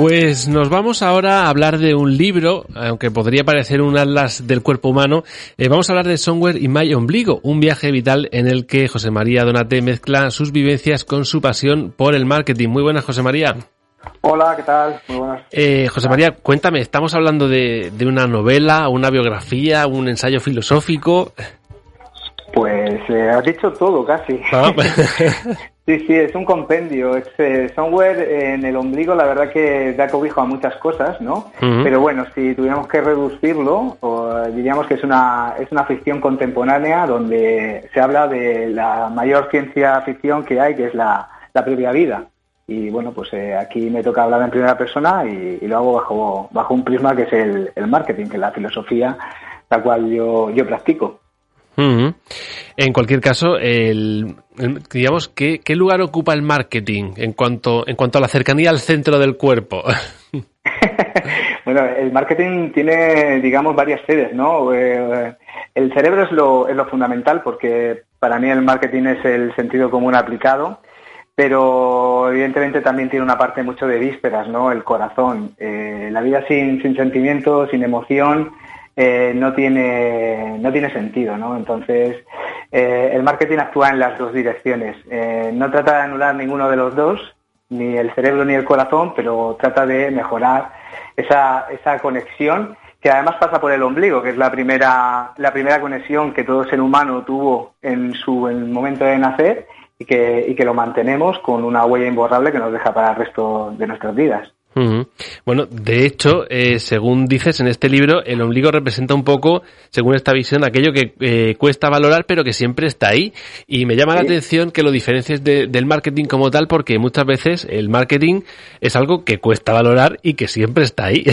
Pues nos vamos ahora a hablar de un libro, aunque podría parecer un atlas del cuerpo humano. Vamos a hablar de Somewhere in My Ombligo, un viaje vital en el que José María Donate mezcla sus vivencias con su pasión por el marketing. Muy buenas, José María. Hola, ¿qué tal? Muy buenas. José María, cuéntame, ¿estamos hablando de una novela, una biografía, un ensayo filosófico? Pues has dicho todo casi. ¿Ah? Sí, es un compendio. Somewhere en el ombligo, la verdad que da cobijo a muchas cosas, ¿no? Uh-huh. Pero bueno, si tuviéramos que reducirlo, diríamos que es una ficción contemporánea donde se habla de la mayor ciencia ficción que hay, que es la propia vida. Y bueno, pues aquí me toca hablar en primera persona y lo hago bajo un prisma que es el marketing, que es la filosofía la cual yo practico. Uh-huh. En cualquier caso, digamos, ¿qué lugar ocupa el marketing en cuanto a la cercanía al centro del cuerpo? Bueno, el marketing tiene, digamos, varias sedes, ¿no? El cerebro es lo fundamental, porque para mí el marketing es el sentido común aplicado, pero evidentemente también tiene una parte mucho de vísceras, ¿no? El corazón. La vida sin sentimiento, sin emoción, no tiene sentido, ¿no? Entonces, el marketing actúa en las dos direcciones. No trata de anular ninguno de los dos, ni el cerebro ni el corazón, pero trata de mejorar esa conexión, que además pasa por el ombligo, que es la primera conexión que todo ser humano tuvo en el momento de nacer y que lo mantenemos con una huella imborrable que nos deja para el resto de nuestras vidas. Uh-huh. Bueno, de hecho, según dices en este libro, el ombligo representa un poco, según esta visión, aquello que cuesta valorar pero que siempre está ahí, y me llama la atención que lo diferencies del marketing como tal, porque muchas veces el marketing es algo que cuesta valorar y que siempre está ahí.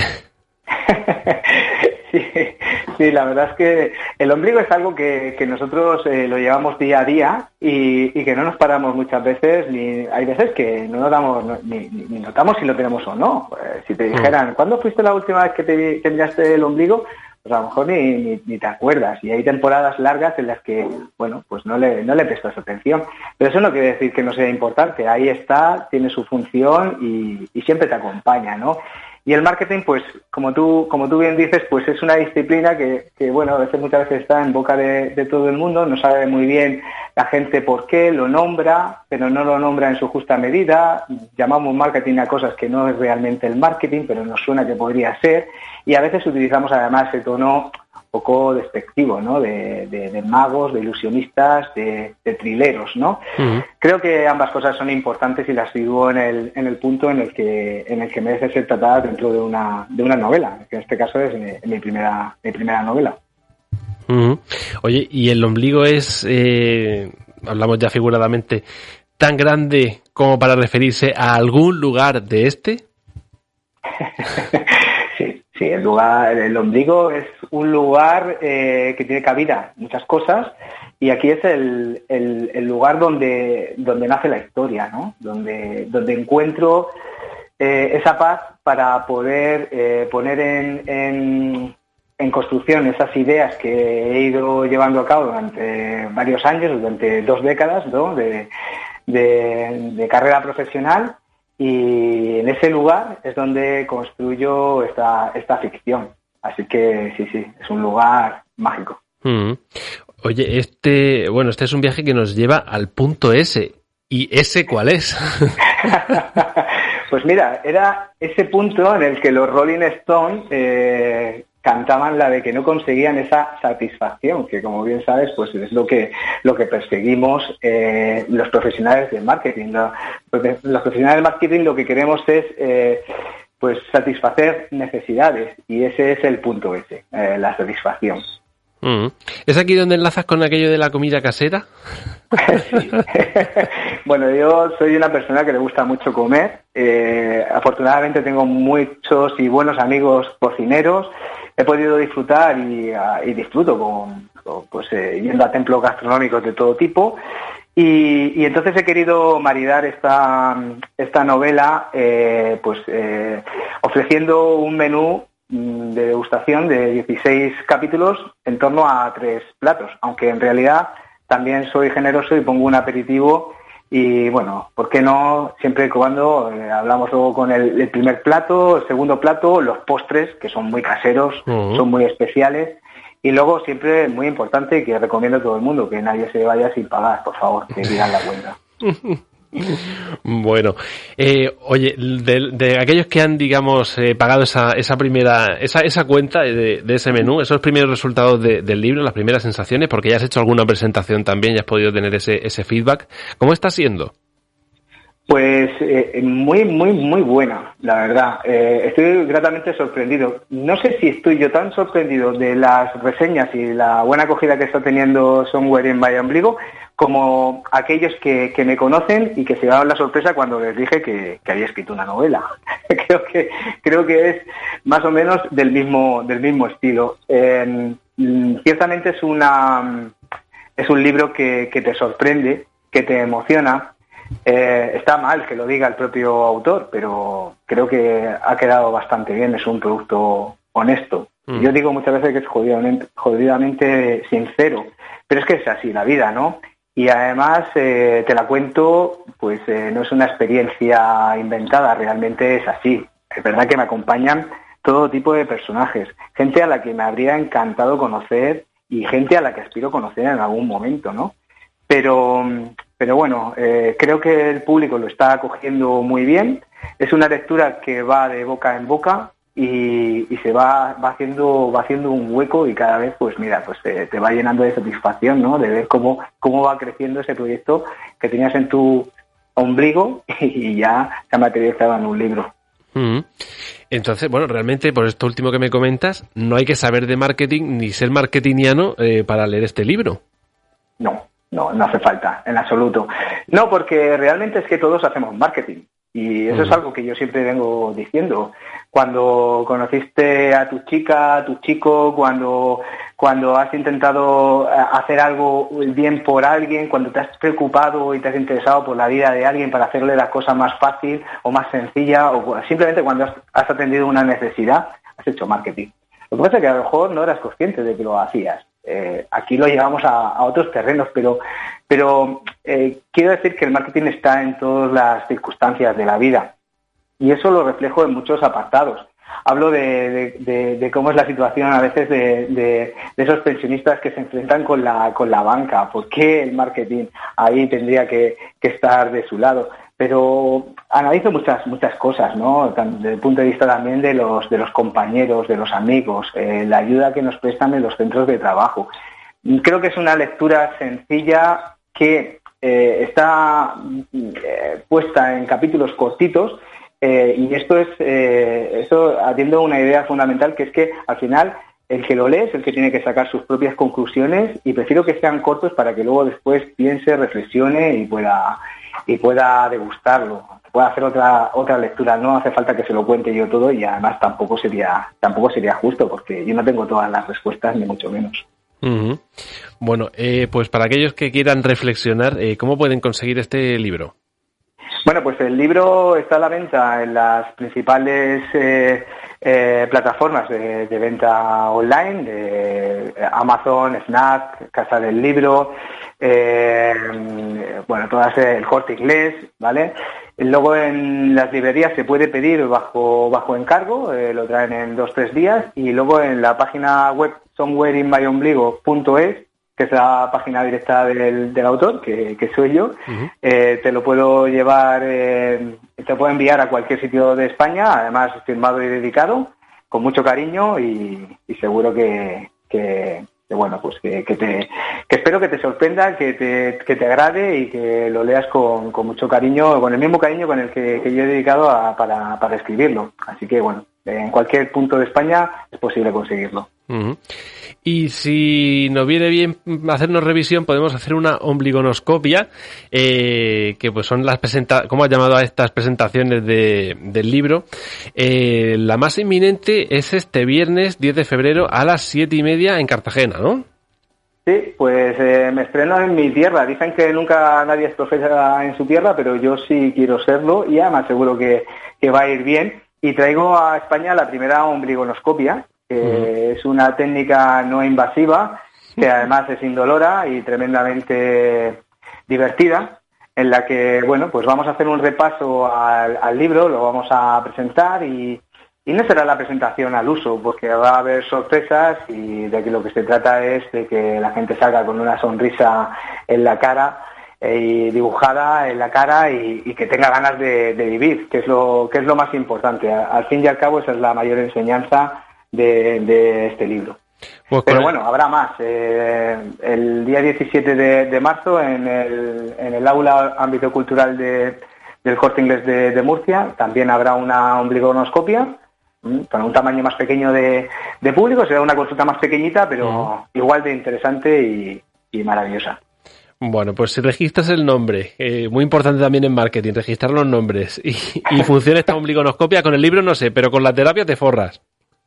Sí, la verdad es que el ombligo es algo que nosotros lo llevamos día a día y que no nos paramos muchas veces, hay veces que no nos damos, ni notamos si lo tenemos o no. Si te dijeran, ¿cuándo fuiste la última vez que miraste el ombligo? Pues a lo mejor ni te acuerdas, y hay temporadas largas en las que, bueno, pues no le prestas atención. Pero eso no quiere decir que no sea importante, ahí está, tiene su función y siempre te acompaña, ¿no? Y el marketing, pues, como tú bien dices, pues es una disciplina que bueno, muchas veces está en boca de todo el mundo, no sabe muy bien la gente por qué, lo nombra, pero no lo nombra en su justa medida, llamamos marketing a cosas que no es realmente el marketing, pero nos suena que podría ser, y a veces utilizamos además ese tono un poco despectivo, ¿no? De magos, de ilusionistas, de trileros, ¿no? Uh-huh. Creo que ambas cosas son importantes y las sitúo en el punto en el que merece ser tratada dentro de una novela, que en este caso es mi primera novela. Uh-huh. Oye, ¿y el ombligo es, hablamos ya figuradamente, tan grande como para referirse a algún lugar de este? Sí, el ombligo es un lugar que tiene cabida muchas cosas, y aquí es el lugar donde nace la historia, ¿no? Donde encuentro esa paz para poder poner en construcción esas ideas que he ido llevando a cabo durante varios años, durante 2 décadas, ¿no? de carrera profesional. Y en ese lugar es donde construyo esta ficción. Así que sí, es un lugar mágico. Mm. Oye, este es un viaje que nos lleva al punto S. ¿Y ese cuál es? Pues mira, era ese punto en el que los Rolling Stones cantaban la de que no conseguían esa satisfacción, que como bien sabes, pues es lo que perseguimos los profesionales del marketing. Los profesionales del marketing lo que queremos es pues satisfacer necesidades, y ese es el punto S, la satisfacción. ¿Es aquí donde enlazas con aquello de la comida casera? Sí. Bueno, yo soy una persona que le gusta mucho comer. Afortunadamente tengo muchos y buenos amigos cocineros. He podido disfrutar y disfruto yendo a templos gastronómicos de todo tipo. Y entonces he querido maridar esta novela ofreciendo un menú de degustación de 16 capítulos en torno a 3 platos, aunque en realidad también soy generoso y pongo un aperitivo Y bueno, ¿por qué no? Siempre y cuando hablamos luego con el primer plato, el segundo plato, los postres, que son muy caseros, son muy especiales. Y luego siempre muy importante, que recomiendo a todo el mundo, que nadie se vaya sin pagar, por favor, que pidan la cuenta. Bueno, oye, de aquellos que han, digamos, pagado esa primera, esa cuenta de ese menú, esos primeros resultados del libro, las primeras sensaciones, porque ya has hecho alguna presentación también, ya has podido tener ese feedback, ¿cómo está siendo? Pues muy, muy, muy buena, la verdad. Estoy gratamente sorprendido. No sé si estoy yo tan sorprendido de las reseñas y la buena acogida que está teniendo Somewhere in My Ombligo como aquellos que me conocen y que se llevaron la sorpresa cuando les dije que había escrito una novela. creo que es más o menos del mismo estilo. Ciertamente es un libro que te sorprende, que te emociona. Está mal que lo diga el propio autor, pero creo que ha quedado bastante bien. Es un producto honesto. Yo digo muchas veces que es jodidamente sincero, pero es que es así la vida, ¿no? Y además te la cuento, pues no es una experiencia inventada, realmente es así. Es verdad que me acompañan todo tipo de personajes, gente a la que me habría encantado conocer y gente a la que aspiro conocer en algún momento, ¿no? Pero bueno, creo que el público lo está acogiendo muy bien. Es una lectura que va de boca en boca y se va haciendo un hueco y cada vez, pues mira, pues te va llenando de satisfacción, ¿no? De ver cómo va creciendo ese proyecto que tenías en tu ombligo y ya se ha materializado en un libro. Entonces, bueno, realmente por esto último que me comentas, no hay que saber de marketing ni ser marketingiano para leer este libro. No hace falta, en absoluto. No, porque realmente es que todos hacemos marketing. Y eso es algo que yo siempre vengo diciendo. Cuando conociste a tu chica, a tu chico, cuando has intentado hacer algo bien por alguien, cuando te has preocupado y te has interesado por la vida de alguien para hacerle la cosa más fácil o más sencilla, o simplemente cuando has atendido una necesidad, has hecho marketing. Lo que pasa es que a lo mejor no eras consciente de que lo hacías. Aquí lo llevamos a otros terrenos, pero quiero decir que el marketing está en todas las circunstancias de la vida y eso lo reflejo en muchos apartados. Hablo de cómo es la situación a veces de esos pensionistas que se enfrentan con la banca. ¿Por qué el marketing ahí tendría que estar de su lado? Pero analizo muchas cosas, ¿no? Desde el punto de vista también de los compañeros, de los amigos, la ayuda que nos prestan en los centros de trabajo. Creo que es una lectura sencilla que está puesta en capítulos cortitos y esto atiende a una idea fundamental, que es que al final el que lo lee es el que tiene que sacar sus propias conclusiones y prefiero que sean cortos para que luego después piense, reflexione y pueda degustarlo, pueda hacer otra lectura. No hace falta que se lo cuente yo todo y además tampoco sería justo porque yo no tengo todas las respuestas ni mucho menos. Uh-huh. Bueno, pues para aquellos que quieran reflexionar, ¿cómo pueden conseguir este libro? Bueno, pues el libro está a la venta en las principales plataformas de venta online, de Amazon, Snap, Casa del Libro, todas el Corte Inglés, ¿vale? Luego en las librerías se puede pedir bajo encargo, lo traen en 2-3 días, y luego en la página web somewhereinmyombligo.es, que es la página directa del autor, que soy yo, te lo puedo llevar, te puedo enviar a cualquier sitio de España, además firmado y dedicado, con mucho cariño y seguro que espero que te sorprenda, que te agrade y que lo leas con mucho cariño, con el mismo cariño con el que yo he dedicado para escribirlo. Así que bueno, en cualquier punto de España es posible conseguirlo. Uh-huh. Y si nos viene bien hacernos revisión, podemos hacer una ombligonoscopia, que pues son ¿cómo has llamado a estas presentaciones del libro? La más inminente es este viernes 10 de febrero a las 7:30 en Cartagena, ¿no? Sí, pues me estreno en mi tierra. Dicen que nunca nadie es profeta en su tierra, pero yo sí quiero serlo y además seguro que va a ir bien. Y traigo a España la primera ombligonoscopia, que es una técnica no invasiva, que además es indolora y tremendamente divertida. en la que, bueno, pues vamos a hacer un repaso al libro, lo vamos a presentar y no será la presentación al uso, porque va a haber sorpresas y de que lo que se trata es de que la gente salga con una sonrisa en la cara y dibujada en la cara y que tenga ganas de vivir, que es lo más importante. Al fin y al cabo esa es la mayor enseñanza de este libro. Pues pero bueno, habrá más. El día 17 de marzo en el aula ámbito cultural del Corte Inglés de Murcia también habrá una ombligonoscopia para un tamaño más pequeño de público. Será una consulta más pequeñita, pero igual de interesante y maravillosa. Bueno, pues si registras el nombre, muy importante también en marketing, registrar los nombres y funciona esta ombligonoscopia, con el libro no sé, pero con la terapia te forras.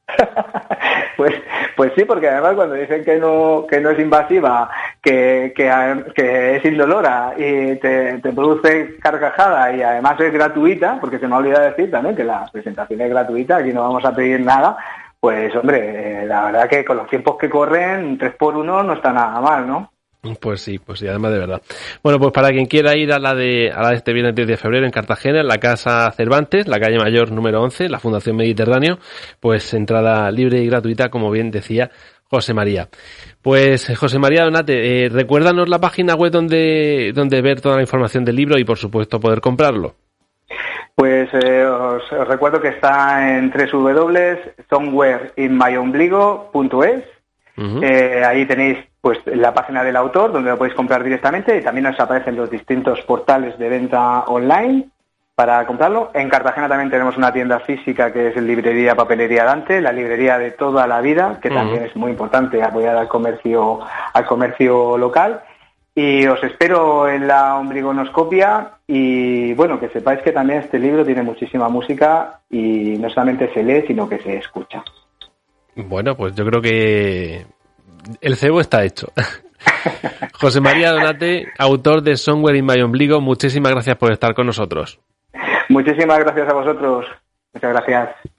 Pues sí, porque además cuando dicen que no es invasiva, que es indolora y te produce carcajada y además es gratuita, porque se me ha olvidado decir también que la presentación es gratuita, aquí no vamos a pedir nada, pues hombre, la verdad que con los tiempos que corren, 3x1 no está nada mal, ¿no? Pues sí, además de verdad. Bueno, pues para quien quiera ir a la de este viernes 10 de febrero en Cartagena, en la Casa Cervantes, la calle Mayor número 11, la Fundación Mediterráneo, pues entrada libre y gratuita, como bien decía José María. Pues José María Donate, recuérdanos la página web donde ver toda la información del libro y por supuesto poder comprarlo. Pues os recuerdo que está en www.somewhereinmyombligo.es. Ahí tenéis pues la página del autor donde lo podéis comprar directamente y también os aparecen los distintos portales de venta online para comprarlo. En Cartagena también tenemos una tienda física que es Librería Papelería Dante, la librería de toda la vida, que también es muy importante apoyar al comercio local. Y os espero en la ombligonoscopia y bueno, que sepáis que también este libro tiene muchísima música y no solamente se lee, sino que se escucha. Bueno, pues yo creo que el cebo está hecho. José María Donate, autor de Somewhere in My Ombligo, muchísimas gracias por estar con nosotros. Muchísimas gracias a vosotros. Muchas gracias.